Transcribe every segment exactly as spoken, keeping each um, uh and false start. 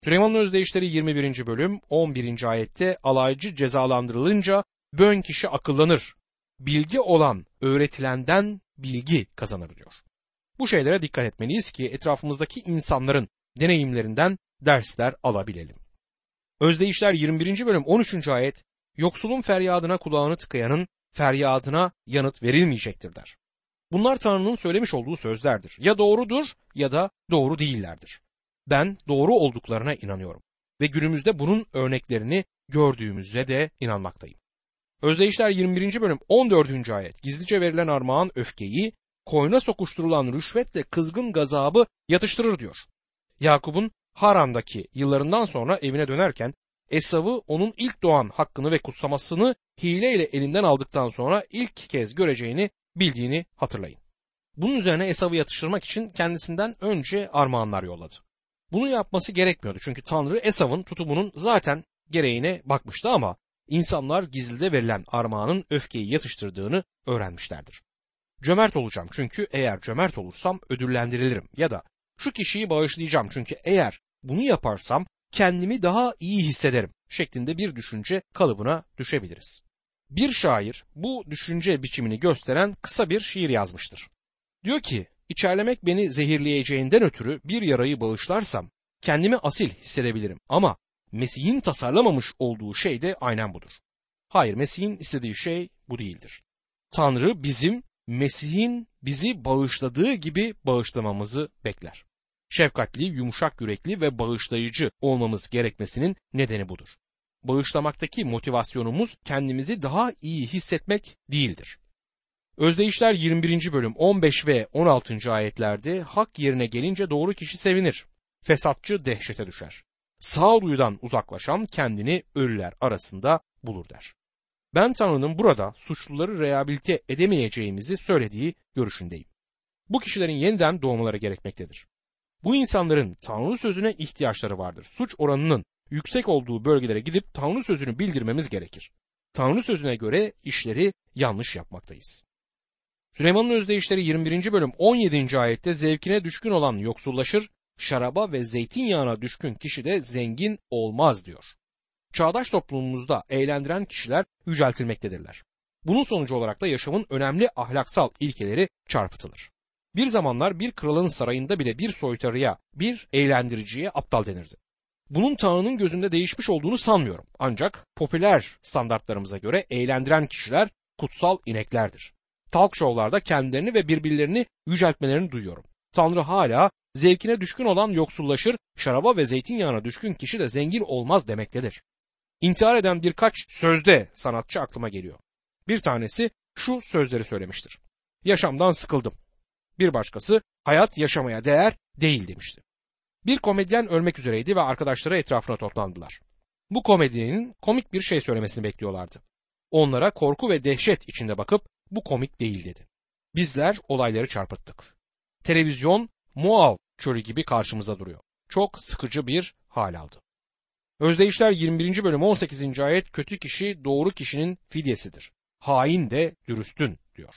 Süleyman'ın özdeyişleri yirmi birinci bölüm on birinci ayette alaycı cezalandırılınca bön kişi akıllanır. Bilgi olan öğretilenden bilgi kazanır diyor. Bu şeylere dikkat etmeliyiz ki etrafımızdaki insanların deneyimlerinden dersler alabilelim. Özdeyişler yirmi birinci bölüm on üçüncü ayet, yoksulun feryadına kulağını tıkayanın feryadına yanıt verilmeyecektir der. Bunlar Tanrı'nın söylemiş olduğu sözlerdir. Ya doğrudur ya da doğru değillerdir. Ben doğru olduklarına inanıyorum ve günümüzde bunun örneklerini gördüğümüze de inanmaktayım. Özdeyişler yirmi birinci bölüm on dördüncü ayet, gizlice verilen armağan öfkeyi, koyuna sokuşturulan rüşvetle kızgın gazabı yatıştırır diyor. Yakup'un Haran'daki yıllarından sonra evine dönerken Esav'ı onun ilk doğan hakkını ve kutsamasını hileyle elinden aldıktan sonra ilk kez göreceğini bildiğini hatırlayın. Bunun üzerine Esav'ı yatıştırmak için kendisinden önce armağanlar yolladı. Bunu yapması gerekmiyordu çünkü Tanrı Esav'ın tutumunun zaten gereğine bakmıştı ama insanlar gizlide verilen armağanın öfkeyi yatıştırdığını öğrenmişlerdir. Cömert olacağım çünkü eğer cömert olursam ödüllendirilirim ya da şu kişiyi bağışlayacağım çünkü eğer bunu yaparsam kendimi daha iyi hissederim şeklinde bir düşünce kalıbına düşebiliriz. Bir şair bu düşünce biçimini gösteren kısa bir şiir yazmıştır. Diyor ki, içerlemek beni zehirleyeceğinden ötürü bir yarayı bağışlarsam kendimi asil hissedebilirim ama Mesih'in tasarlamamış olduğu şey de aynen budur. Hayır, Mesih'in istediği şey bu değildir. Tanrı bizim Mesih'in bizi bağışladığı gibi bağışlamamızı bekler. Şefkatli, yumuşak yürekli ve bağışlayıcı olmamız gerekmesinin nedeni budur. Bağışlamaktaki motivasyonumuz kendimizi daha iyi hissetmek değildir. Özdeyişler yirmi birinci bölüm on beş ve on altıncı ayetlerde hak yerine gelince doğru kişi sevinir. Fesatçı dehşete düşer. Sağduyudan uzaklaşan kendini ölüler arasında bulur der. Ben Tanrı'nın burada suçluları rehabilite edemeyeceğimizi söylediği görüşündeyim. Bu kişilerin yeniden doğmaları gerekmektedir. Bu insanların Tanrı sözüne ihtiyaçları vardır. Suç oranının yüksek olduğu bölgelere gidip Tanrı sözünü bildirmemiz gerekir. Tanrı sözüne göre işleri yanlış yapmaktayız. Süleyman'ın özdeyişleri yirmi birinci bölüm on yedinci ayette zevkine düşkün olan yoksullaşır, şaraba ve zeytinyağına düşkün kişi de zengin olmaz diyor. Çağdaş toplumumuzda eğlendiren kişiler yüceltilmektedirler. Bunun sonucu olarak da yaşamın önemli ahlaksal ilkeleri çarpıtılır. Bir zamanlar bir kralın sarayında bile bir soytarıya, bir eğlendiriciye aptal denirdi. Bunun Tanrı'nın gözünde değişmiş olduğunu sanmıyorum. Ancak popüler standartlarımıza göre eğlendiren kişiler kutsal ineklerdir. Talk show'larda kendilerini ve birbirlerini yüceltmelerini duyuyorum. Tanrı hala zevkine düşkün olan yoksullaşır, şaraba ve zeytinyağına düşkün kişi de zengin olmaz demektedir. İntihar eden birkaç sözde sanatçı aklıma geliyor. Bir tanesi şu sözleri söylemiştir. Yaşamdan sıkıldım. Bir başkası hayat yaşamaya değer değil demişti. Bir komedyen ölmek üzereydi ve arkadaşları etrafına toplandılar. Bu komedyenin komik bir şey söylemesini bekliyorlardı. Onlara korku ve dehşet içinde bakıp bu komik değil dedi. Bizler olayları çarpıttık. Televizyon Moav çölü gibi karşımıza duruyor. Çok sıkıcı bir hal aldı. Özdeyişler yirmi birinci bölüm on sekizinci ayet kötü kişi doğru kişinin fidyesidir. Hain de dürüstün diyor.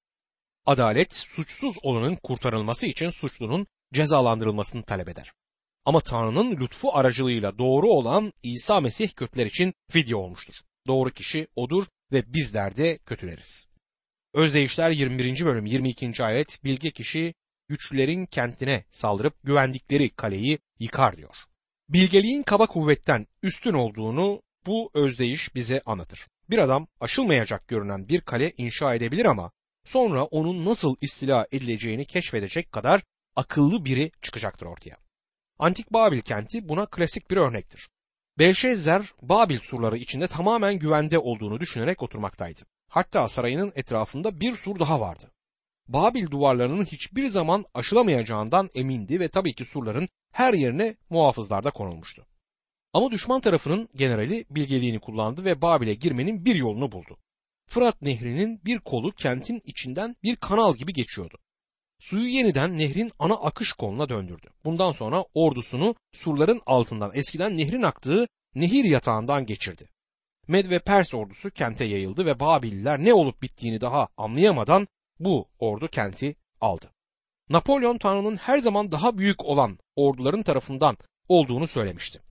Adalet suçsuz olanın kurtarılması için suçlunun cezalandırılmasını talep eder. Ama Tanrı'nın lütfu aracılığıyla doğru olan İsa Mesih kötüler için fidye olmuştur. Doğru kişi odur ve bizler de kötüleriz. Özdeyişler yirmi birinci bölüm yirmi ikinci ayet bilge kişi güçlülerin kentine saldırıp güvendikleri kaleyi yıkar diyor. Bilgeliğin kaba kuvvetten üstün olduğunu bu özdeyiş bize anlatır. Bir adam aşılmayacak görünen bir kale inşa edebilir ama sonra onun nasıl istila edileceğini keşfedecek kadar akıllı biri çıkacaktır ortaya. Antik Babil kenti buna klasik bir örnektir. Belşezzar Babil surları içinde tamamen güvende olduğunu düşünerek oturmaktaydı. Hatta sarayının etrafında bir sur daha vardı. Babil duvarlarının hiçbir zaman aşılamayacağından emindi ve tabii ki surların her yerine muhafızlar da konulmuştu. Ama düşman tarafının generali bilgeliğini kullandı ve Babil'e girmenin bir yolunu buldu. Fırat Nehri'nin bir kolu kentin içinden bir kanal gibi geçiyordu. Suyu yeniden nehrin ana akış koluna döndürdü. Bundan sonra ordusunu surların altından eskiden nehrin aktığı nehir yatağından geçirdi. Med ve Pers ordusu kente yayıldı ve Babililer ne olup bittiğini daha anlayamadan bu ordu kenti aldı. Napolyon Tanrı'nın her zaman daha büyük olan orduların tarafından olduğunu söylemişti.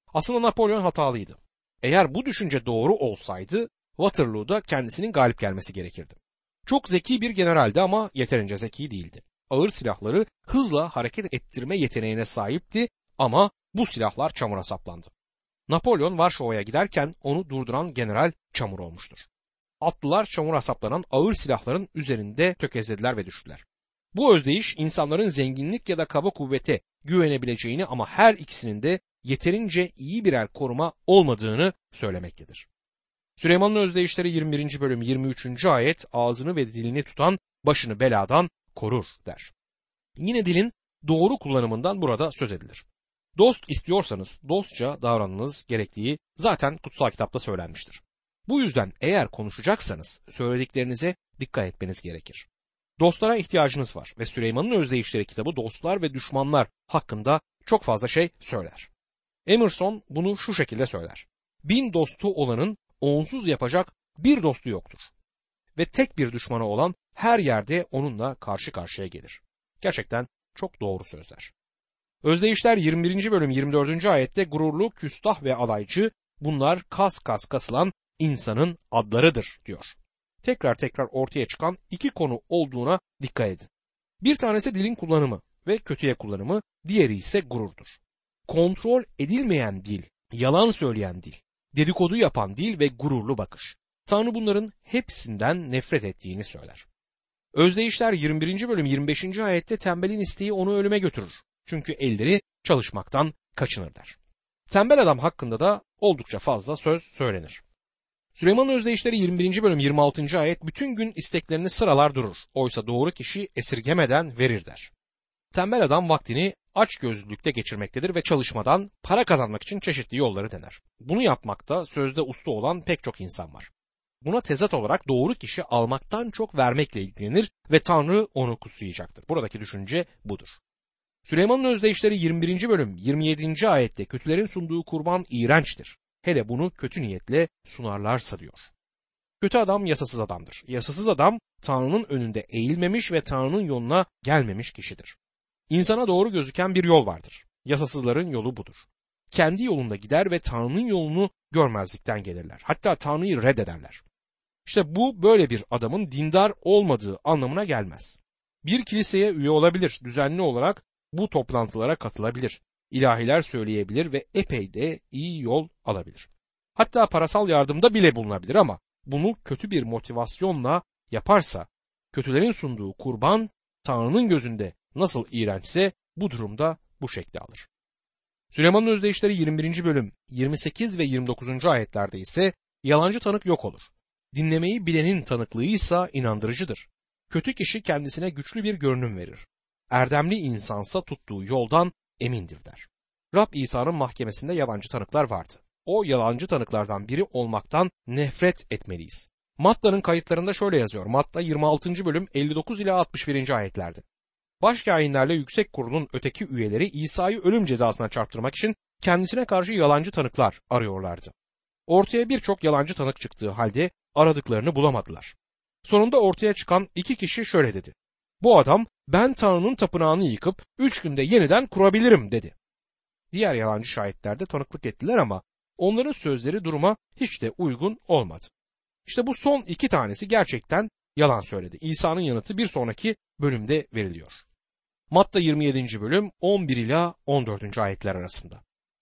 Aslında Napolyon hatalıydı. Eğer bu düşünce doğru olsaydı Waterloo'da kendisinin galip gelmesi gerekirdi. Çok zeki bir generaldi ama yeterince zeki değildi. Ağır silahları hızla hareket ettirme yeteneğine sahipti ama bu silahlar çamura saplandı. Napolyon Varşova'ya giderken onu durduran general çamur olmuştur. Atlılar çamura saplanan ağır silahların üzerinde tökezlediler ve düştüler. Bu özdeyiş insanların zenginlik ya da kaba kuvvete güvenebileceğini ama her ikisinin de yeterince iyi birer koruma olmadığını söylemektedir. Süleyman'ın özdeyişleri yirmi birinci bölüm yirmi üçüncü ayet ağzını ve dilini tutan başını beladan korur der. Yine dilin doğru kullanımından burada söz edilir. Dost istiyorsanız dostça davranmanız gerektiği zaten kutsal kitapta söylenmiştir. Bu yüzden eğer konuşacaksanız söylediklerinize dikkat etmeniz gerekir. Dostlara ihtiyacınız var ve Süleyman'ın özdeyişleri kitabı dostlar ve düşmanlar hakkında çok fazla şey söyler. Emerson bunu şu şekilde söyler. Bin dostu olanın onsuz yapacak bir dostu yoktur. Ve tek bir düşmanı olan her yerde onunla karşı karşıya gelir. Gerçekten çok doğru sözler. Özdeyişler yirmi birinci bölüm yirmi dördüncü ayette gururlu, küstah ve alaycı bunlar kas kas kasılan insanın adlarıdır diyor. Tekrar tekrar ortaya çıkan iki konu olduğuna dikkat edin. Bir tanesi dilin kullanımı ve kötüye kullanımı, diğeri ise gururdur. Kontrol edilmeyen dil, yalan söyleyen dil, dedikodu yapan dil ve gururlu bakış. Tanrı bunların hepsinden nefret ettiğini söyler. Özdeyişler yirmi birinci bölüm yirmi beşinci ayette tembelin isteği onu ölüme götürür. Çünkü elleri çalışmaktan kaçınır der. Tembel adam hakkında da oldukça fazla söz söylenir. Süleyman'ın özdeyişleri yirmi birinci bölüm yirmi altıncı ayet bütün gün isteklerini sıralar durur. Oysa doğru kişi esirgemeden verir der. Tembel adam vaktini açgözlülükte geçirmektedir ve çalışmadan para kazanmak için çeşitli yolları dener. Bunu yapmakta sözde usta olan pek çok insan var. Buna tezat olarak doğru kişi almaktan çok vermekle ilgilenir ve Tanrı onu kutsayacaktır. Buradaki düşünce budur. Süleyman'ın özdeyişleri yirmi birinci bölüm yirmi yedinci ayette kötülerin sunduğu kurban iğrençtir. Hele bunu kötü niyetle sunarlarsa diyor. Kötü adam yasasız adamdır. Yasasız adam Tanrı'nın önünde eğilmemiş ve Tanrı'nın yoluna gelmemiş kişidir. İnsana doğru gözüken bir yol vardır. Yasasızların yolu budur. Kendi yolunda gider ve Tanrı'nın yolunu görmezlikten gelirler. Hatta Tanrı'yı reddederler. İşte bu böyle bir adamın dindar olmadığı anlamına gelmez. Bir kiliseye üye olabilir, düzenli olarak bu toplantılara katılabilir, ilahiler söyleyebilir ve epey de iyi yol alabilir. Hatta parasal yardımda bile bulunabilir ama bunu kötü bir motivasyonla yaparsa, kötülerin sunduğu kurban Tanrı'nın gözünde nasıl iğrençse bu durumda bu şekli alır. Süleyman'ın özdeyişleri yirmi birinci bölüm yirmi sekiz ve yirmi dokuzuncu ayetlerde ise yalancı tanık yok olur. Dinlemeyi bilenin tanıklığıysa inandırıcıdır. Kötü kişi kendisine güçlü bir görünüm verir. Erdemli insansa tuttuğu yoldan emindir der. Rab İsa'nın mahkemesinde yalancı tanıklar vardı. O yalancı tanıklardan biri olmaktan nefret etmeliyiz. Matta'nın kayıtlarında şöyle yazıyor. Matta yirmi altıncı bölüm elli dokuz ila altmış birinci ayetlerde. Başkâhinlerle yüksek kurulun öteki üyeleri İsa'yı ölüm cezasına çarptırmak için kendisine karşı yalancı tanıklar arıyorlardı. Ortaya birçok yalancı tanık çıktığı halde aradıklarını bulamadılar. Sonunda ortaya çıkan iki kişi şöyle dedi. Bu adam ben Tanrı'nın tapınağını yıkıp üç günde yeniden kurabilirim dedi. Diğer yalancı şahitler de tanıklık ettiler ama onların sözleri duruma hiç de uygun olmadı. İşte bu son iki tanesi gerçekten yalan söyledi. İsa'nın yanıtı bir sonraki bölümde veriliyor. Matta yirmi yedinci bölüm on bir ila on dördüncü ayetler arasında.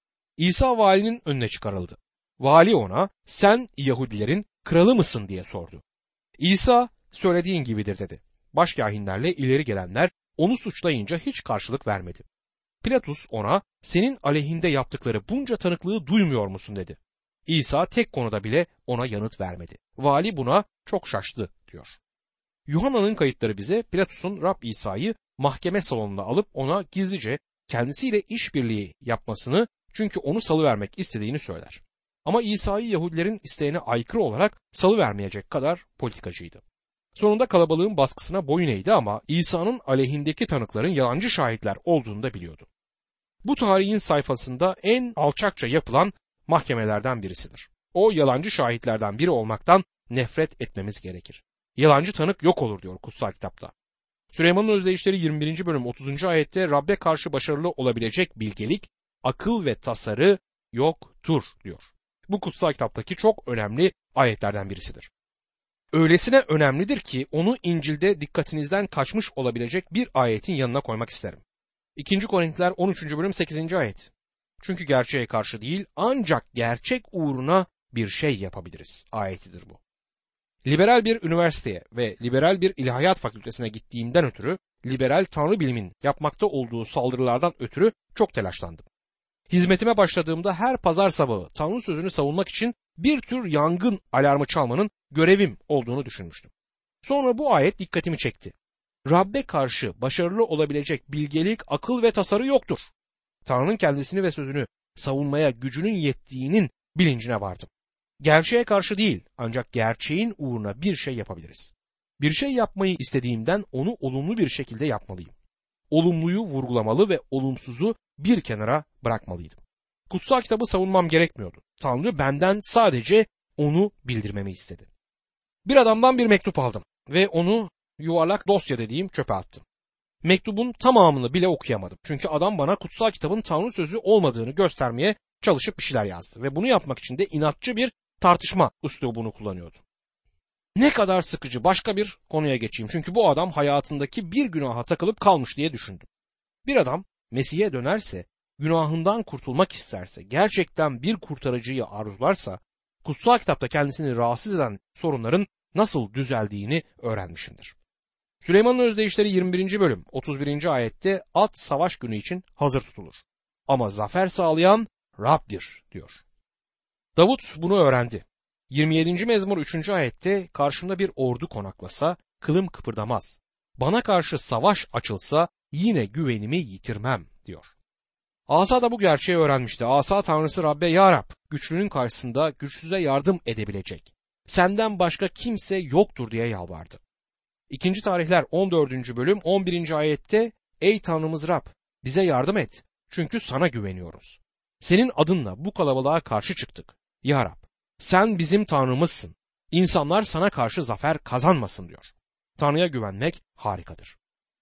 İsa valinin önüne çıkarıldı. Vali ona sen Yahudilerin kralı mısın diye sordu. İsa söylediğin gibidir dedi. Başkâhinlerle ileri gelenler onu suçlayınca hiç karşılık vermedi. Pilatus ona senin aleyhinde yaptıkları bunca tanıklığı duymuyor musun dedi. İsa tek konuda bile ona yanıt vermedi. Vali buna çok şaştı diyor. Yuhanna'nın kayıtları bize Pilatus'un Rab İsa'yı mahkeme salonuna alıp ona gizlice kendisiyle işbirliği yapmasını çünkü onu salıvermek istediğini söyler. Ama İsa'yı Yahudilerin isteğine aykırı olarak salıvermeyecek kadar politikacıydı. Sonunda kalabalığın baskısına boyun eğdi ama İsa'nın aleyhindeki tanıkların yalancı şahitler olduğunu da biliyordu. Bu tarihin sayfasında en alçakça yapılan mahkemelerden birisidir. O yalancı şahitlerden biri olmaktan nefret etmemiz gerekir. Yalancı tanık yok olur diyor kutsal kitapta. Süleyman'ın özdeyişleri yirmi birinci bölüm otuzuncu ayette Rab'be karşı başarılı olabilecek bilgelik, akıl ve tasarı yoktur diyor. Bu kutsal kitaptaki çok önemli ayetlerden birisidir. Öylesine önemlidir ki onu İncil'de dikkatinizden kaçmış olabilecek bir ayetin yanına koymak isterim. İkinci Korintiler on üçüncü bölüm sekizinci ayet. Çünkü gerçeğe karşı değil ancak gerçek uğruna bir şey yapabiliriz ayetidir bu. Liberal bir üniversiteye ve liberal bir ilahiyat fakültesine gittiğimden ötürü liberal tanrı bilimin yapmakta olduğu saldırılardan ötürü çok telaşlandım. Hizmetime başladığımda her pazar sabahı Tanrı sözünü savunmak için bir tür yangın alarmı çalmanın görevim olduğunu düşünmüştüm. Sonra bu ayet dikkatimi çekti. Rabbe karşı başarılı olabilecek bilgelik, akıl ve tasarı yoktur. Tanrı'nın kendisini ve sözünü savunmaya gücünün yettiğinin bilincine vardım. Gerçeğe karşı değil ancak gerçeğin uğruna bir şey yapabiliriz. Bir şey yapmayı istediğimden onu olumlu bir şekilde yapmalıyım. Olumluyu vurgulamalı ve olumsuzu bir kenara bırakmalıydım. Kutsal kitabı savunmam gerekmiyordu. Tanrı benden sadece onu bildirmemi istedi. Bir adamdan bir mektup aldım ve onu yuvarlak dosya dediğim çöpe attım. Mektubun tamamını bile okuyamadım. Çünkü adam bana kutsal kitabın Tanrı sözü olmadığını göstermeye çalışıp bir şeyler yazdı. Ve bunu yapmak için de inatçı bir tartışma üslubunu kullanıyordu. Ne kadar sıkıcı, başka bir konuya geçeyim. Çünkü bu adam hayatındaki bir günaha takılıp kalmış diye düşündüm. Bir adam Mesih'e dönerse, günahından kurtulmak isterse, gerçekten bir kurtarıcıyı arzularsa, kutsal kitapta kendisini rahatsız eden sorunların nasıl düzeldiğini öğrenmişimdir. Süleyman'ın özdeyişleri yirmi birinci bölüm otuz birinci ayette at savaş günü için hazır tutulur. Ama zafer sağlayan Rab'dir diyor. Davut bunu öğrendi. yirmi yedinci mezmur üçüncü ayette karşımda bir ordu konaklasa kılım kıpırdamaz. Bana karşı savaş açılsa yine güvenimi yitirmem diyor. Asa da bu gerçeği öğrenmişti. Asa tanrısı Rabbe ya Rab, güçlünün karşısında güçsüze yardım edebilecek. Senden başka kimse yoktur diye yalvardı. İkinci Tarihler on dördüncü bölüm on birinci ayette ey Tanrımız Rab bize yardım et çünkü sana güveniyoruz. Senin adınla bu kalabalığa karşı çıktık. Ya Rab sen bizim Tanrımızsın. İnsanlar sana karşı zafer kazanmasın diyor. Tanrı'ya güvenmek harikadır.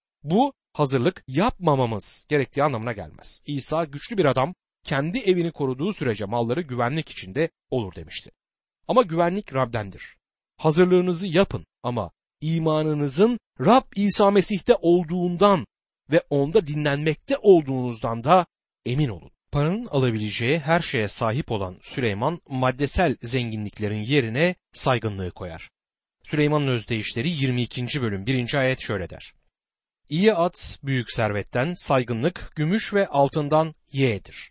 Bu hazırlık yapmamamız gerektiği anlamına gelmez. İsa güçlü bir adam kendi evini koruduğu sürece malları güvenlik içinde olur demişti. Ama güvenlik Rab'dendir. Hazırlığınızı yapın ama imanınızın Rab İsa Mesih'te olduğundan ve onda dinlenmekte olduğunuzdan da emin olun. Paranın alabileceği her şeye sahip olan Süleyman maddesel zenginliklerin yerine saygınlığı koyar. Süleyman'ın özdeyişleri yirmi ikinci bölüm birinci ayet şöyle der. İyi at büyük servetten, saygınlık gümüş ve altından yeğdir.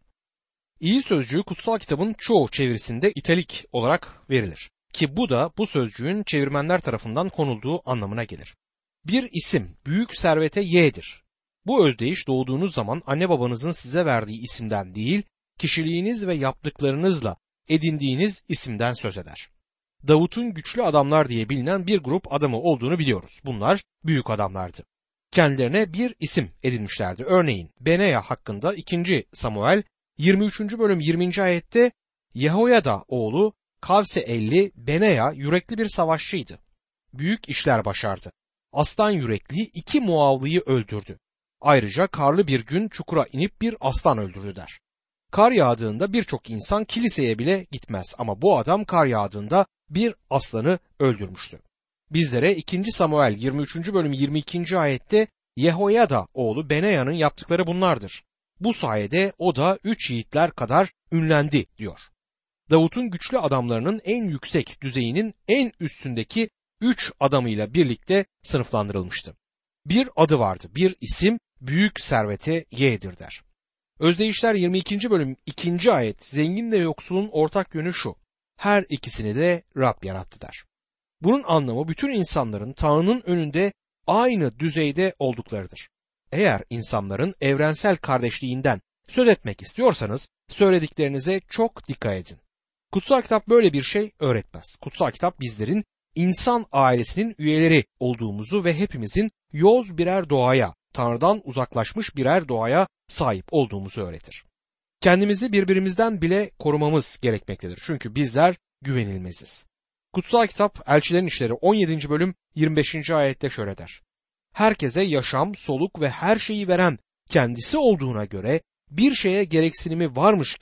İyi sözcüğü kutsal kitabın çoğu çevirisinde italik olarak verilir. Ki bu da bu sözcüğün çevirmenler tarafından konulduğu anlamına gelir. Bir isim büyük servete yeğdir. Bu özdeyiş doğduğunuz zaman anne babanızın size verdiği isimden değil, kişiliğiniz ve yaptıklarınızla edindiğiniz isimden söz eder. Davut'un güçlü adamlar diye bilinen bir grup adamı olduğunu biliyoruz. Bunlar büyük adamlardı. Kendilerine bir isim edinmişlerdi. Örneğin Beneya hakkında ikinci Samuel yirmi üçüncü bölüm yirminci ayette Yehoyada oğlu Kavse-elli Beneya yürekli bir savaşçıydı. Büyük işler başardı. Aslan yürekli iki Muavlıyı öldürdü. Ayrıca karlı bir gün çukura inip bir aslan öldürdü der. Kar yağdığında birçok insan kiliseye bile gitmez ama bu adam kar yağdığında bir aslanı öldürmüştü. Bizlere ikinci Samuel yirmi üçüncü bölüm yirmi ikinci ayette Yehoyada oğlu Beneya'nın yaptıkları bunlardır. Bu sayede o da üç yiğitler kadar ünlendi diyor. Davut'un güçlü adamlarının en yüksek düzeyinin en üstündeki üç adamıyla birlikte sınıflandırılmıştı. Bir adı vardı, bir isim büyük servete yeğdir der. Özdeyişler yirmi ikinci bölüm ikinci ayet zenginle yoksulun ortak yönü şu. Her ikisini de Rab yarattı der. Bunun anlamı bütün insanların Tanrı'nın önünde aynı düzeyde olduklarıdır. Eğer insanların evrensel kardeşliğinden söz etmek istiyorsanız söylediklerinize çok dikkat edin. Kutsal kitap böyle bir şey öğretmez. Kutsal kitap bizlerin insan ailesinin üyeleri olduğumuzu ve hepimizin yoz birer doğaya, Tanrı'dan uzaklaşmış birer doğaya sahip olduğumuzu öğretir. Kendimizi birbirimizden bile korumamız gerekmektedir. Çünkü bizler güvenilmeziz. Kutsal kitap Elçilerin İşleri on yedinci bölüm yirmi beşinci ayette şöyle der. Herkese yaşam, soluk ve her şeyi veren kendisi olduğuna göre bir şeye gereksinimi varmış gibi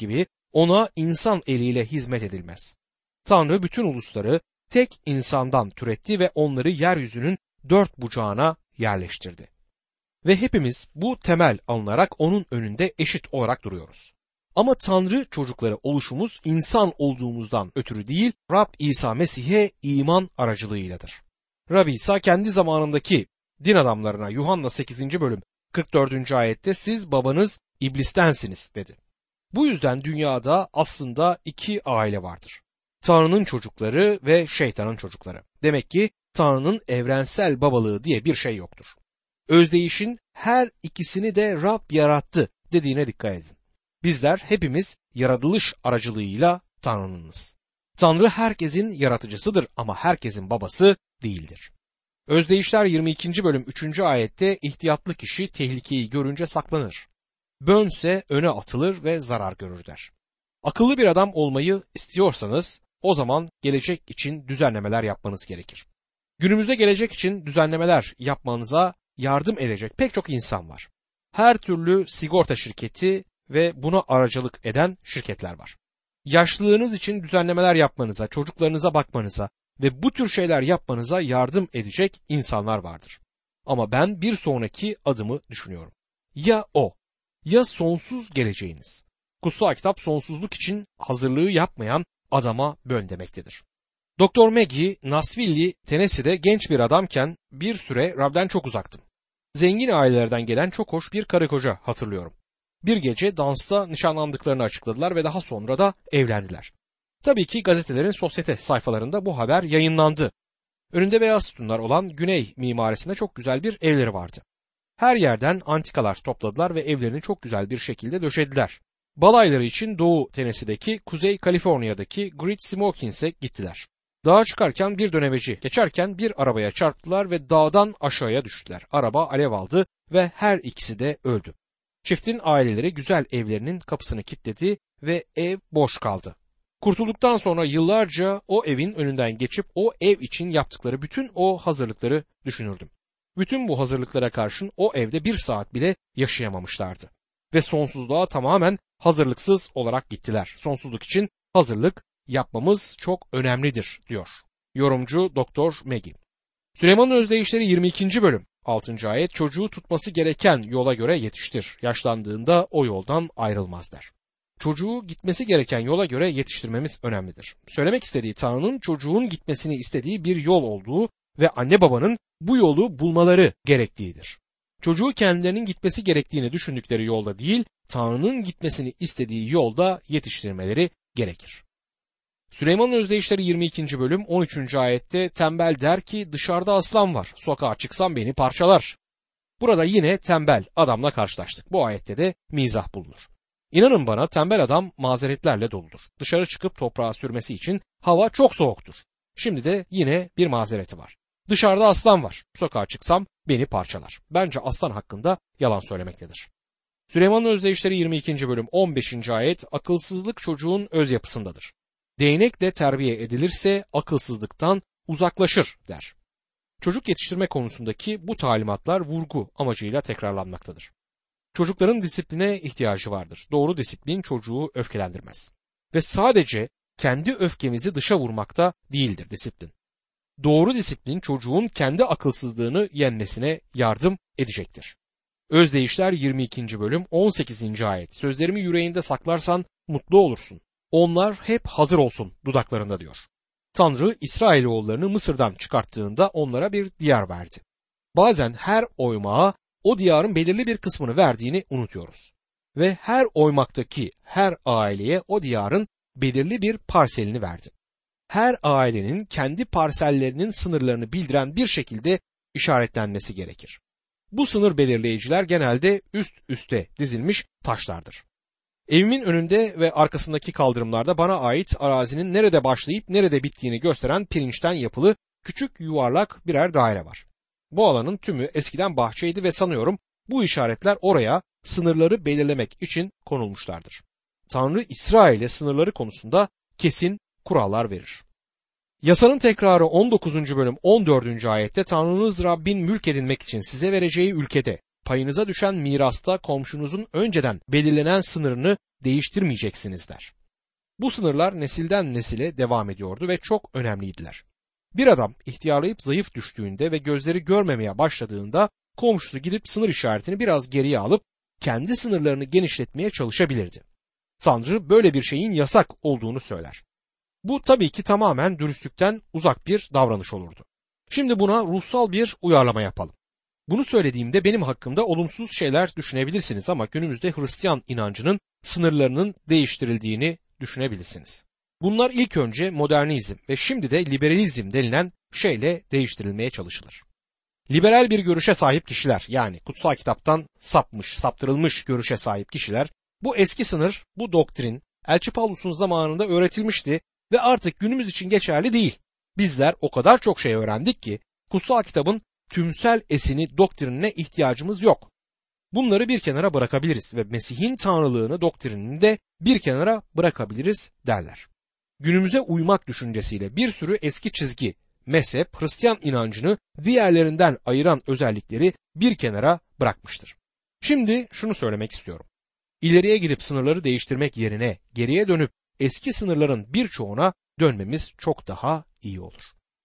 Ona insan eliyle hizmet edilmez. Tanrı bütün ulusları tek insandan türetti ve onları yeryüzünün dört bucağına yerleştirdi. Ve hepimiz bu temel alınarak onun önünde eşit olarak duruyoruz. Ama Tanrı çocukları oluşumuz insan olduğumuzdan ötürü değil, Rab İsa Mesih'e iman aracılığıyladır. Rab İsa kendi zamanındaki din adamlarına Yuhanna sekizinci bölüm kırk dördüncü ayette siz babanız iblistensiniz dedi. Bu yüzden dünyada aslında iki aile vardır. Tanrı'nın çocukları ve şeytanın çocukları. Demek ki Tanrı'nın evrensel babalığı diye bir şey yoktur. Özdeyişin her ikisini de Rab yarattı dediğine dikkat edin. Bizler hepimiz yaratılış aracılığıyla Tanrı'nınız. Tanrı herkesin yaratıcısıdır ama herkesin babası değildir. Özdeyişler yirmi ikinci bölüm üçüncü ayette ihtiyatlı kişi tehlikeyi görünce saklanır. Bönse öne atılır ve zarar görür der. Akıllı bir adam olmayı istiyorsanız o zaman gelecek için düzenlemeler yapmanız gerekir. Günümüzde gelecek için düzenlemeler yapmanıza yardım edecek pek çok insan var. Her türlü sigorta şirketi ve buna aracılık eden şirketler var. Yaşlılığınız için düzenlemeler yapmanıza, çocuklarınıza bakmanıza ve bu tür şeyler yapmanıza yardım edecek insanlar vardır. Ama ben bir sonraki adımı düşünüyorum. Ya o, ya sonsuz geleceğiniz. Kutsal kitap sonsuzluk için hazırlığı yapmayan adama bön demektedir. Doktor Maggie, Nashville, Tennessee'de genç bir adamken bir süre Rab'den çok uzaktım. Zengin ailelerden gelen çok hoş bir karı koca hatırlıyorum. Bir gece dansta nişanlandıklarını açıkladılar ve daha sonra da evlendiler. Tabii ki gazetelerin sosyete sayfalarında bu haber yayınlandı. Önünde beyaz sütunlar olan güney mimarisinde çok güzel bir evleri vardı. Her yerden antikalar topladılar ve evlerini çok güzel bir şekilde döşediler. Balayları için Doğu Tennessee'deki, Kuzey Kaliforniya'daki Great Smokings'e gittiler. Dağa çıkarken bir dönemeci geçerken bir arabaya çarptılar ve dağdan aşağıya düştüler. Araba alev aldı ve her ikisi de öldü. Çiftin aileleri güzel evlerinin kapısını kilitledi ve ev boş kaldı. Kurtulduktan sonra yıllarca o evin önünden geçip o ev için yaptıkları bütün o hazırlıkları düşünürdüm. Bütün bu hazırlıklara karşın o evde bir saat bile yaşayamamışlardı. Ve sonsuzluğa tamamen hazırlıksız olarak gittiler. Sonsuzluk için hazırlık yapmamız çok önemlidir diyor yorumcu Doktor Maggie. Süleyman'ın özdeyişleri yirmi ikinci bölüm altıncı ayet çocuğu tutması gereken yola göre yetiştir. Yaşlandığında o yoldan ayrılmaz der. Çocuğu gitmesi gereken yola göre yetiştirmemiz önemlidir. Söylemek istediği Tanrı'nın çocuğun gitmesini istediği bir yol olduğu ve anne babanın bu yolu bulmaları gerektiğidir. Çocuğu kendilerinin gitmesi gerektiğini düşündükleri yolda değil, Tanrı'nın gitmesini istediği yolda yetiştirmeleri gerekir. Süleyman'ın özdeyişleri yirmi ikinci bölüm on üçüncü ayette tembel der ki dışarıda aslan var, sokağa çıksam beni parçalar. Burada yine tembel adamla karşılaştık. Bu ayette de mizah bulunur. İnanın bana tembel adam mazeretlerle doludur. Dışarı çıkıp toprağa sürmesi için hava çok soğuktur. Şimdi de yine bir mazereti var. Dışarıda aslan var, sokağa çıksam beni parçalar. Bence aslan hakkında yalan söylemektedir. Süleyman'ın özdeyişleri yirmi ikinci bölüm on beşinci ayet akılsızlık çocuğun öz yapısındadır. Değnek de terbiye edilirse akılsızlıktan uzaklaşır der. Çocuk yetiştirme konusundaki bu talimatlar vurgu amacıyla tekrarlanmaktadır. Çocukların disipline ihtiyacı vardır. Doğru disiplin çocuğu öfkelendirmez. Ve sadece kendi öfkemizi dışa vurmakta değildir disiplin. Doğru disiplin çocuğun kendi akılsızlığını yenmesine yardım edecektir. Özdeyişler yirmi ikinci bölüm on sekizinci ayet. Sözlerimi yüreğinde saklarsan mutlu olursun. Onlar hep hazır olsun dudaklarında diyor. Tanrı İsrailoğullarını Mısır'dan çıkarttığında onlara bir diyar verdi. Bazen her oymağa o diyarın belirli bir kısmını verdiğini unutuyoruz. Ve her oymaktaki her aileye o diyarın belirli bir parselini verdi. Her ailenin kendi parsellerinin sınırlarını bildiren bir şekilde işaretlenmesi gerekir. Bu sınır belirleyiciler genelde üst üste dizilmiş taşlardır. Evimin önünde ve arkasındaki kaldırımlarda bana ait arazinin nerede başlayıp nerede bittiğini gösteren pirinçten yapılı küçük yuvarlak birer daire var. Bu alanın tümü eskiden bahçeydi ve sanıyorum bu işaretler oraya sınırları belirlemek için konulmuşlardır. Tanrı İsrail'e sınırları konusunda kesin kurallar verir. Yasanın tekrarı on dokuzuncu bölüm on dördüncü ayette Tanrınız Rabbin mülk edinmek için size vereceği ülkede payınıza düşen mirasta komşunuzun önceden belirlenen sınırını değiştirmeyeceksiniz der. Bu sınırlar nesilden nesile devam ediyordu ve çok önemliydiler. Bir adam ihtiyarlayıp zayıf düştüğünde ve gözleri görmemeye başladığında komşusu gidip sınır işaretini biraz geriye alıp kendi sınırlarını genişletmeye çalışabilirdi. Tanrı böyle bir şeyin yasak olduğunu söyler. Bu tabii ki tamamen dürüstlükten uzak bir davranış olurdu. Şimdi buna ruhsal bir uyarlama yapalım. Bunu söylediğimde benim hakkımda olumsuz şeyler düşünebilirsiniz ama günümüzde Hristiyan inancının sınırlarının değiştirildiğini düşünebilirsiniz. Bunlar ilk önce modernizm ve şimdi de liberalizm denilen şeyle değiştirilmeye çalışılır. Liberal bir görüşe sahip kişiler, yani kutsal kitaptan sapmış, saptırılmış görüşe sahip kişiler, bu eski sınır, bu doktrin Elçi Pavlus'un zamanında öğretilmişti ve artık günümüz için geçerli değil. Bizler o kadar çok şey öğrendik ki kutsal kitabın tümsel esini, doktrinine ihtiyacımız yok. Bunları bir kenara bırakabiliriz ve Mesih'in tanrılığını, doktrinini de bir kenara bırakabiliriz derler. Günümüze uymak düşüncesiyle bir sürü eski çizgi, mezhep, Hristiyan inancını diğerlerinden ayıran özellikleri bir kenara bırakmıştır. Şimdi şunu söylemek istiyorum. İleriye gidip sınırları değiştirmek yerine geriye dönüp eski sınırların birçoğuna dönmemiz çok daha iyi olur.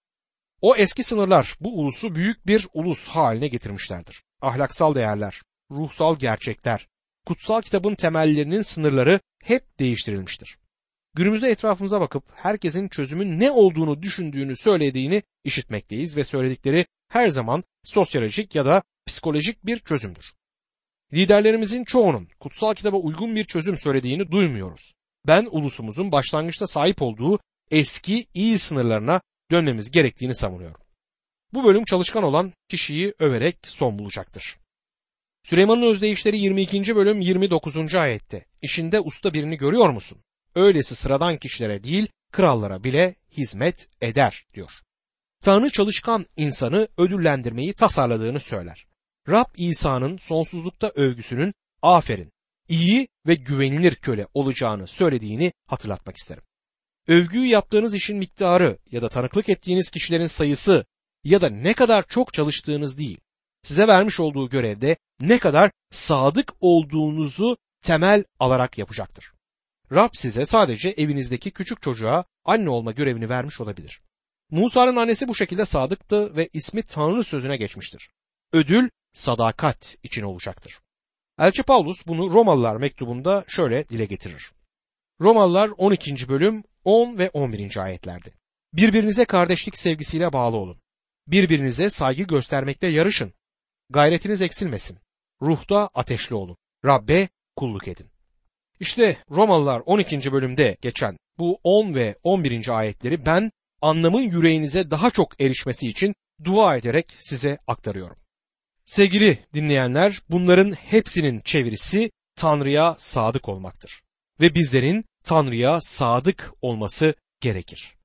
O eski sınırlar bu ulusu büyük bir ulus haline getirmişlerdir. Ahlaksal değerler, ruhsal gerçekler, kutsal kitabın temellerinin sınırları hep değiştirilmiştir. Günümüzde etrafımıza bakıp herkesin çözümün ne olduğunu düşündüğünü söylediğini işitmekteyiz ve söyledikleri her zaman sosyolojik ya da psikolojik bir çözümdür. Liderlerimizin çoğunun kutsal kitaba uygun bir çözüm söylediğini duymuyoruz. Ben ulusumuzun başlangıçta sahip olduğu eski iyi sınırlarına dönmemiz gerektiğini savunuyorum. Bu bölüm çalışkan olan kişiyi överek son bulacaktır. Süleyman'ın özdeyişleri yirmi ikinci bölüm yirmi dokuzuncu ayette. İşinde usta birini görüyor musun? Öylesi sıradan kişilere değil, krallara bile hizmet eder diyor. Tanrı çalışkan insanı ödüllendirmeyi tasarladığını söyler. Rab İsa'nın sonsuzlukta övgüsünün aferin, iyi ve güvenilir köle olacağını söylediğini hatırlatmak isterim. Övgüyü yaptığınız işin miktarı ya da tanıklık ettiğiniz kişilerin sayısı ya da ne kadar çok çalıştığınız değil, size vermiş olduğu görevde ne kadar sadık olduğunuzu temel alarak yapacaktır. Rab size sadece evinizdeki küçük çocuğa anne olma görevini vermiş olabilir. Musa'nın annesi bu şekilde sadıktı ve ismi Tanrı sözüne geçmiştir. Ödül sadakat için olacaktır. Elçi Pavlus bunu Romalılar mektubunda şöyle dile getirir. Romalılar on ikinci bölüm on ve on birinci ayetlerde. Birbirinize kardeşlik sevgisiyle bağlı olun. Birbirinize saygı göstermekte yarışın. Gayretiniz eksilmesin. Ruhta ateşli olun. Rabbe kulluk edin. İşte Romalılar on ikinci bölümde geçen bu on ve on birinci ayetleri ben anlamın yüreğinize daha çok erişmesi için dua ederek size aktarıyorum. Sevgili dinleyenler, bunların hepsinin çevirisi Tanrı'ya sadık olmaktır. Ve bizlerin Tanrı'ya sadık olması gerekir.